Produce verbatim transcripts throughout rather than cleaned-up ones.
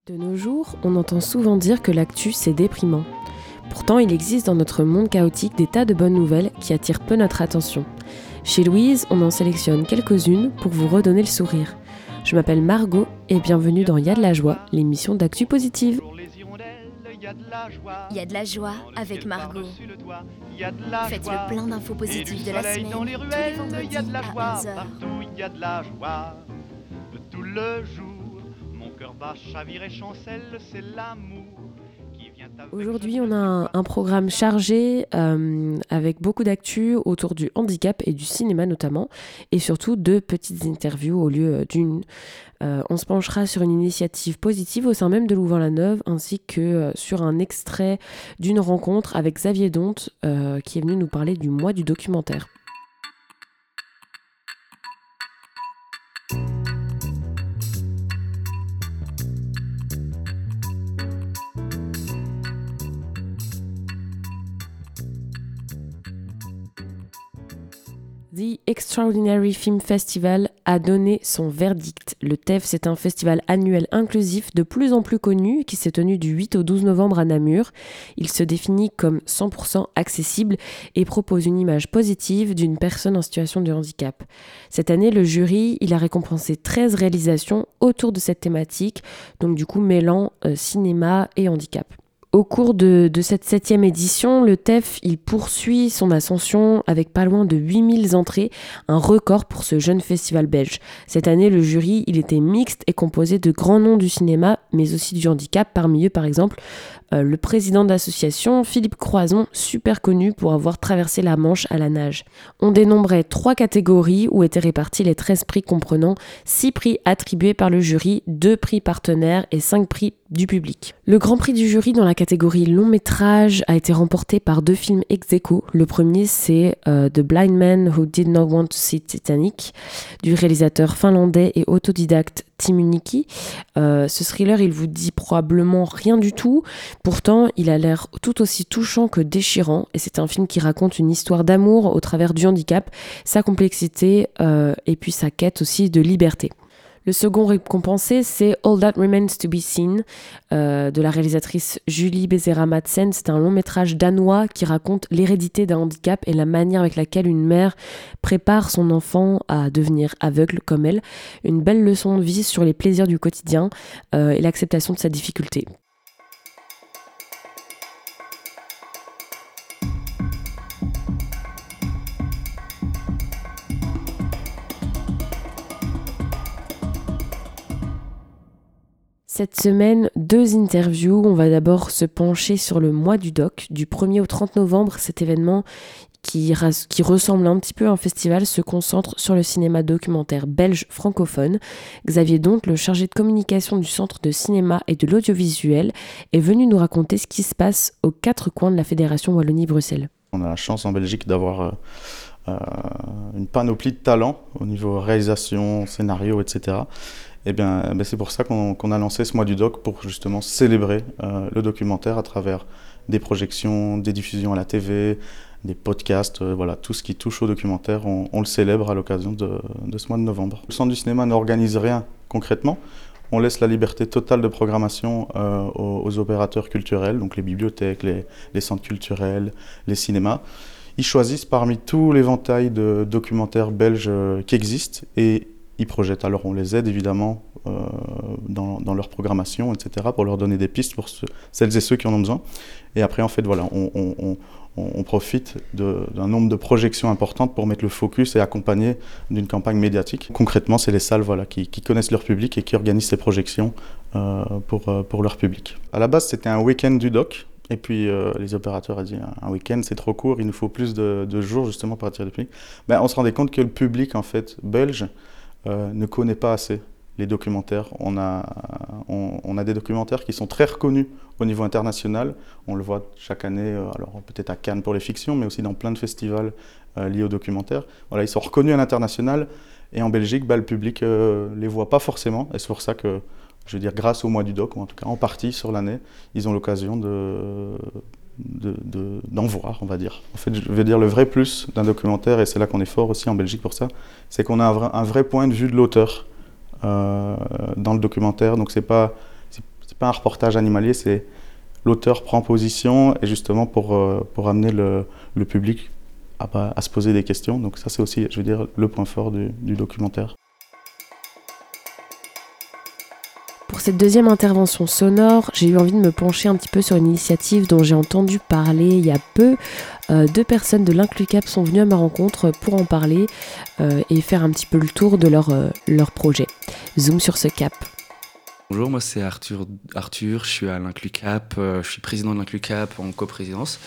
De nos jours, on entend souvent dire que l'actu, c'est déprimant. Pourtant, il existe dans notre monde chaotique des tas de bonnes nouvelles qui attirent peu notre attention. Chez Louise, on en sélectionne quelques-unes pour vous redonner le sourire. Je m'appelle Margot et bienvenue dans Y'a de la joie, l'émission d'actu positive. Il y a de la joie avec Margot. Faites le plein d'infos positives de la semaine, tous les vendredis à onze heures. Il y a de la joie tout le jour. Mon cœur bat, chavire et chancelle, c'est l'amour qui vient avec... Aujourd'hui, on a un, un programme chargé euh, avec beaucoup d'actu autour du handicap et du cinéma notamment, et surtout deux petites interviews au lieu d'une. Euh, on se penchera sur une initiative positive au sein même de Louvain-la-Neuve, ainsi que euh, sur un extrait d'une rencontre avec Xavier Donte, euh, qui est venu nous parler du mois du documentaire. The Extraordinary Film Festival a donné son verdict. Le T E F, c'est un festival annuel inclusif de plus en plus connu qui s'est tenu du huit au douze novembre à Namur. Il se définit comme cent pour cent accessible et propose une image positive d'une personne en situation de handicap. Cette année, le jury, il a récompensé treize réalisations autour de cette thématique, donc du coup mêlant euh, cinéma et handicap. Au cours de, de cette septième édition, le T E F il poursuit son ascension avec pas loin de huit mille entrées, un record pour ce jeune festival belge. Cette année, le jury il était mixte et composé de grands noms du cinéma, mais aussi du handicap, parmi eux par exemple euh, le président de l'association, Philippe Croison, super connu pour avoir traversé la Manche à la nage. On dénombrait trois catégories où étaient répartis les treize prix comprenant six prix attribués par le jury, deux prix partenaires et cinq prix du public. Le grand prix du jury dans la catégorie long métrage a été remporté par deux films ex aequo. Le premier c'est euh, The Blind Man Who Did Not Want to See Titanic du réalisateur finlandais et autodidacte Timo Nikki. Euh, ce thriller il vous dit probablement rien du tout, pourtant il a l'air tout aussi touchant que déchirant et c'est un film qui raconte une histoire d'amour au travers du handicap, sa complexité euh, et puis sa quête aussi de liberté. Le second récompensé, c'est All That Remains to Be Seen euh, de la réalisatrice Julie Bézéra-Madsen. C'est un long métrage danois qui raconte l'hérédité d'un handicap et la manière avec laquelle une mère prépare son enfant à devenir aveugle comme elle. Une belle leçon de vie sur les plaisirs du quotidien euh, et l'acceptation de sa difficulté. Cette semaine, deux interviews. On va d'abord se pencher sur le mois du doc. Du premier au trente novembre, cet événement qui, ras- qui ressemble un petit peu à un festival se concentre sur le cinéma documentaire belge francophone. Xavier Donte, le chargé de communication du Centre de cinéma et de l'audiovisuel, est venu nous raconter ce qui se passe aux quatre coins de la Fédération Wallonie-Bruxelles. On a la chance en Belgique d'avoir euh, euh, une panoplie de talents au niveau réalisation, scénario, et cetera. Et bien, ben c'est pour ça qu'on, qu'on a lancé ce mois du doc pour justement célébrer euh, le documentaire à travers des projections, des diffusions à la T V, des podcasts, euh, voilà, tout ce qui touche au documentaire, on, on le célèbre à l'occasion de, de ce mois de novembre. Le Centre du cinéma n'organise rien concrètement, on laisse la liberté totale de programmation euh, aux, aux opérateurs culturels, donc les bibliothèques, les, les centres culturels, les cinémas. Ils choisissent parmi tout l'éventail de documentaires belges euh, qui existent et ils projettent. Alors on les aide évidemment euh, dans, dans leur programmation, et cetera, pour leur donner des pistes pour ceux, celles et ceux qui en ont besoin. Et après, en fait, voilà, on, on, on, on profite de, d'un nombre de projections importantes pour mettre le focus et accompagner d'une campagne médiatique. Concrètement, c'est les salles voilà, qui, qui connaissent leur public et qui organisent ces projections euh, pour, pour leur public. À la base, c'était un week-end du doc. Et puis euh, les opérateurs ont dit un week-end c'est trop court, il nous faut plus de, de jours justement pour attirer le public. Ben, on se rendait compte que le public en fait belge Euh, ne connaît pas assez les documentaires. On a, on, on a des documentaires qui sont très reconnus au niveau international. On le voit chaque année, euh, alors peut-être à Cannes pour les fictions, mais aussi dans plein de festivals euh, liés aux documentaires. Voilà, ils sont reconnus à l'international et en Belgique, bah, le public ne euh, les voit pas forcément. Et c'est pour ça que, je veux dire, grâce au mois du doc, ou en tout cas en partie sur l'année, ils ont l'occasion de... De, de, d'en voir, on va dire. En fait, je vais dire le vrai plus d'un documentaire, et c'est là qu'on est fort aussi en Belgique pour ça, c'est qu'on a un vrai, un vrai point de vue de l'auteur euh, dans le documentaire. Donc c'est pas, c'est, c'est pas un reportage animalier, c'est l'auteur prend position et justement pour, euh, pour amener le, le public à, à se poser des questions. Donc ça c'est aussi, je veux dire, le point fort du, du documentaire. Pour cette deuxième intervention sonore, j'ai eu envie de me pencher un petit peu sur une initiative dont j'ai entendu parler il y a peu. Euh, deux personnes de l'Inclucap sont venues à ma rencontre pour en parler euh, et faire un petit peu le tour de leur, euh, leur projet. Zoom sur ce cap. Bonjour, moi c'est Arthur, Arthur, je suis à l'Inclucap, euh, je suis président de l'Inclucap en coprésidence.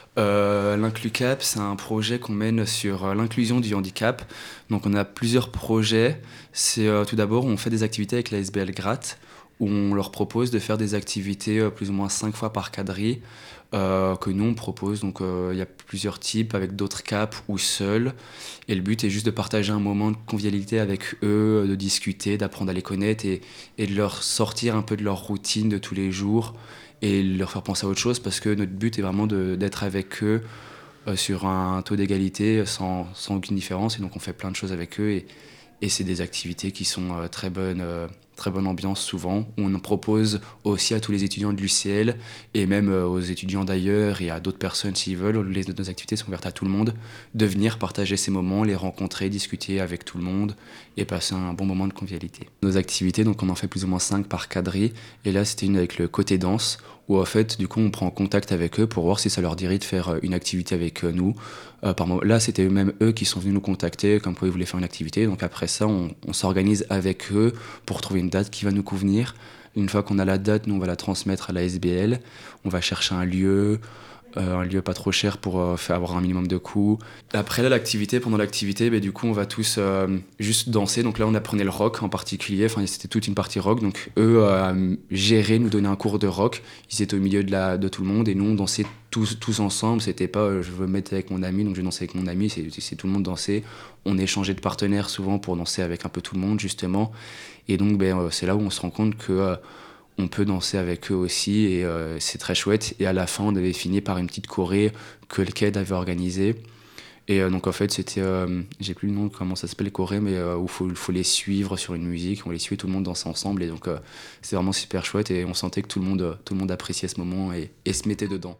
Euh, L'Inclucap, c'est un projet qu'on mène sur euh, l'inclusion du handicap. Donc on a plusieurs projets. C'est euh, tout d'abord, on fait des activités avec la S B L Gratte, où on leur propose de faire des activités euh, plus ou moins cinq fois par quadrille, euh, que nous on propose. Donc euh, il y a plusieurs types avec d'autres caps ou seuls. Et le but est juste de partager un moment de convivialité avec eux, de discuter, d'apprendre à les connaître et, et de leur sortir un peu de leur routine de tous les jours et leur faire penser à autre chose, parce que notre but est vraiment de, d'être avec eux euh, sur un taux d'égalité sans, sans aucune différence. Et donc on fait plein de choses avec eux et, et c'est des activités qui sont euh, très bonnes, euh, très bonne ambiance souvent. On en propose aussi à tous les étudiants de l'U C L et même euh, aux étudiants d'ailleurs et à d'autres personnes s'ils veulent. Les, nos activités sont ouvertes à tout le monde, de venir partager ces moments, les rencontrer, discuter avec tout le monde et passer un bon moment de convivialité. Nos activités, donc on en fait plus ou moins cinq par quadrille, et là c'était une avec le côté danse, où en fait du coup on prend contact avec eux pour voir si ça leur dirait de faire une activité avec nous. Euh, par moment, là c'était même eux qui sont venus nous contacter comme quoi ils voulaient faire une activité, donc après ça on, on s'organise avec eux pour trouver une date qui va nous convenir. Une fois qu'on a la date, nous on va la transmettre à la S B L, on va chercher un lieu, euh, un lieu pas trop cher pour euh, faire avoir un minimum de coûts. Après là, l'activité, pendant l'activité, bah, du coup on va tous euh, juste danser. Donc là on apprenait le rock en particulier, enfin c'était toute une partie rock. Donc eux euh, géraient, nous donnaient un cours de rock. Ils étaient au milieu de, la, de tout le monde et nous on dansait tous, tous ensemble. C'était pas euh, je veux me mettre avec mon ami donc je dansais avec mon ami, c'est, c'est tout le monde dansait. On échangeait de partenaires souvent pour danser avec un peu tout le monde justement. Et donc ben, euh, c'est là où on se rend compte que euh, on peut danser avec eux aussi et euh, c'est très chouette. Et à la fin, on avait fini par une petite choré que le K E D avait organisée. Et euh, donc en fait, c'était, euh, j'ai plus le nom, comment ça s'appelle les chorés, mais euh, où il faut, faut les suivre sur une musique, on les suivait, tout le monde dansait ensemble. Et donc euh, c'est vraiment super chouette et on sentait que tout le monde, tout le monde appréciait ce moment et, et se mettait dedans.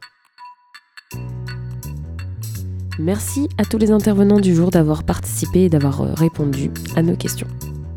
Merci à tous les intervenants du jour d'avoir participé et d'avoir répondu à nos questions.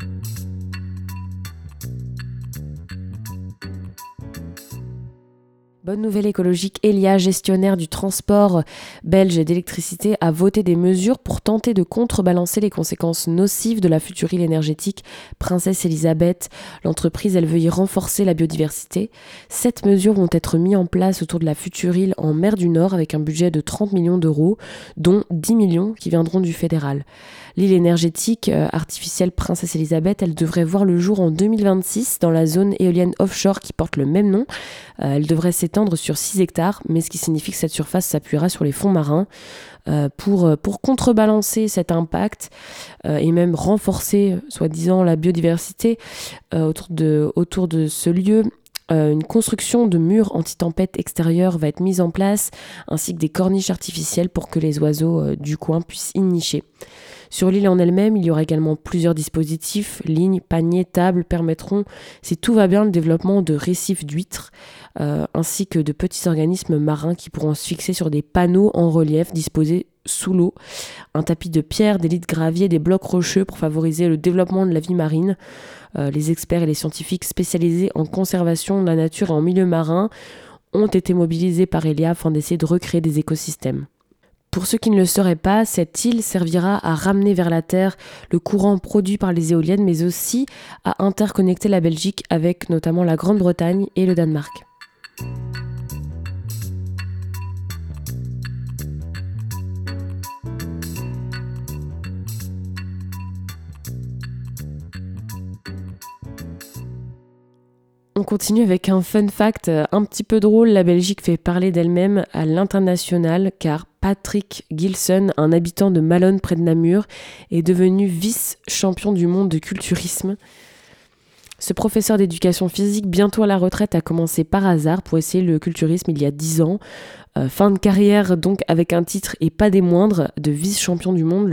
Bonne nouvelle écologique, Elia, gestionnaire du transport belge d'électricité, a voté des mesures pour tenter de contrebalancer les conséquences nocives de la future île énergétique Princesse Elisabeth. L'entreprise, elle veut y renforcer la biodiversité. Sept mesures vont être mises en place autour de la future île en mer du Nord avec un budget de trente millions d'euros, dont dix millions qui viendront du fédéral. L'île énergétique euh, artificielle Princesse Elisabeth, elle devrait voir le jour en deux mille vingt-six dans la zone éolienne offshore qui porte le même nom. Euh, elle devrait s'étendre sur six hectares, mais ce qui signifie que cette surface s'appuiera sur les fonds marins euh, pour, pour contrebalancer cet impact euh, et même renforcer, soi-disant, la biodiversité euh, autour, de, autour de ce lieu. Euh, une construction de murs anti-tempête extérieurs va être mise en place, ainsi que des corniches artificielles pour que les oiseaux euh, du coin puissent y nicher. Sur l'île en elle-même, il y aura également plusieurs dispositifs, lignes, paniers, tables, permettront, si tout va bien, le développement de récifs d'huîtres, euh, ainsi que de petits organismes marins qui pourront se fixer sur des panneaux en relief disposés sous l'eau, un tapis de pierre, des lits de gravier, des blocs rocheux pour favoriser le développement de la vie marine. Euh, les experts et les scientifiques spécialisés en conservation de la nature et en milieu marin ont été mobilisés par Elia afin d'essayer de recréer des écosystèmes. Pour ceux qui ne le sauraient pas, cette île servira à ramener vers la Terre le courant produit par les éoliennes, mais aussi à interconnecter la Belgique avec notamment la Grande-Bretagne et le Danemark. On continue avec un fun fact un petit peu drôle. La Belgique fait parler d'elle-même à l'international car Patrick Gilson, un habitant de Malone près de Namur, est devenu vice-champion du monde de culturisme. Ce professeur d'éducation physique, bientôt à la retraite, a commencé par hasard pour essayer le culturisme il y a dix ans. Euh, fin de carrière donc avec un titre et pas des moindres de vice-champion du monde. Le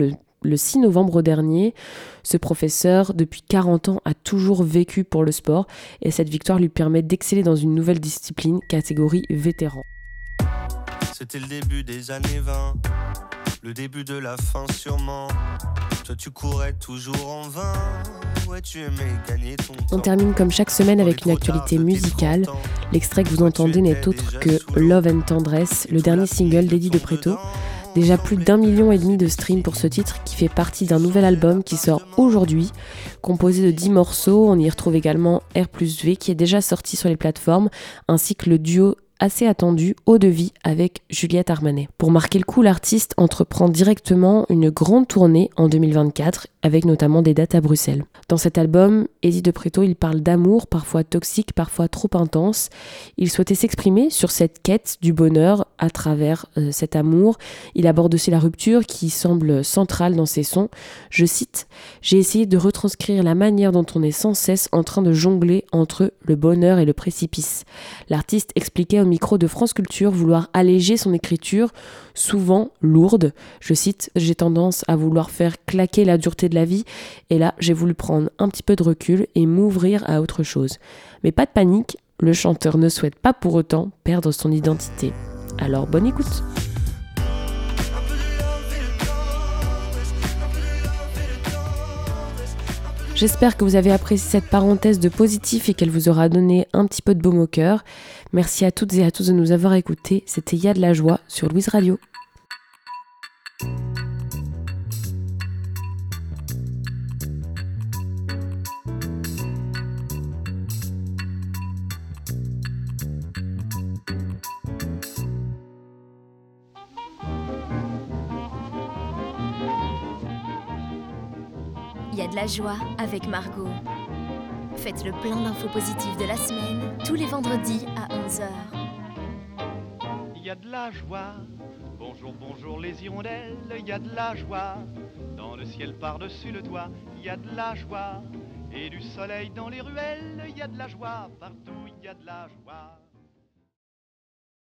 le six novembre dernier. Ce professeur, depuis quarante ans, a toujours vécu pour le sport et cette victoire lui permet d'exceller dans une nouvelle discipline, catégorie vétéran. C'était le début des années vingt, le début de la fin sûrement. Toi tu courais toujours en vain, ouais tu aimais gagner ton temps. On termine comme chaque semaine avec une actualité musicale. L'extrait que vous entendez n'est autre que Love and Tendresse, le dernier single d'Eddie De Pretto. Déjà plus d'un million et demi de streams pour ce titre qui fait partie d'un nouvel album qui sort aujourd'hui, composé de dix morceaux. On y retrouve également R plus V qui est déjà sorti sur les plateformes, ainsi que le duo assez attendu Eau de Vie avec Juliette Armanet. Pour marquer le coup, l'artiste entreprend directement une grande tournée en deux mille vingt-quatre avec notamment des dates à Bruxelles. Dans cet album, Eddie De Pretto, il parle d'amour, parfois toxique, parfois trop intense. Il souhaitait s'exprimer sur cette quête du bonheur à travers euh, cet amour. Il aborde aussi la rupture qui semble centrale dans ses sons. Je cite « J'ai essayé de retranscrire la manière dont on est sans cesse en train de jongler entre le bonheur et le précipice. » L'artiste expliquait au micro de France Culture vouloir alléger son écriture, souvent lourde. Je cite « J'ai tendance à vouloir faire claquer la dureté de la vie et là, j'ai voulu prendre un petit peu de recul et m'ouvrir à autre chose. » Mais pas de panique, le chanteur ne souhaite pas pour autant perdre son identité. Alors bonne écoute. J'espère que vous avez apprécié cette parenthèse de positif et qu'elle vous aura donné un petit peu de baume au cœur. Merci à toutes et à tous de nous avoir écoutés. C'était Y'a de la joie sur Louise Radio. Il y a de la joie avec Margot. Faites le plein d'infos positives de la semaine, tous les vendredis à onze heures. Il y a de la joie, bonjour, bonjour les hirondelles, il y a de la joie, dans le ciel par-dessus le toit, il y a de la joie, et du soleil dans les ruelles, il y a de la joie, partout il y a de la joie.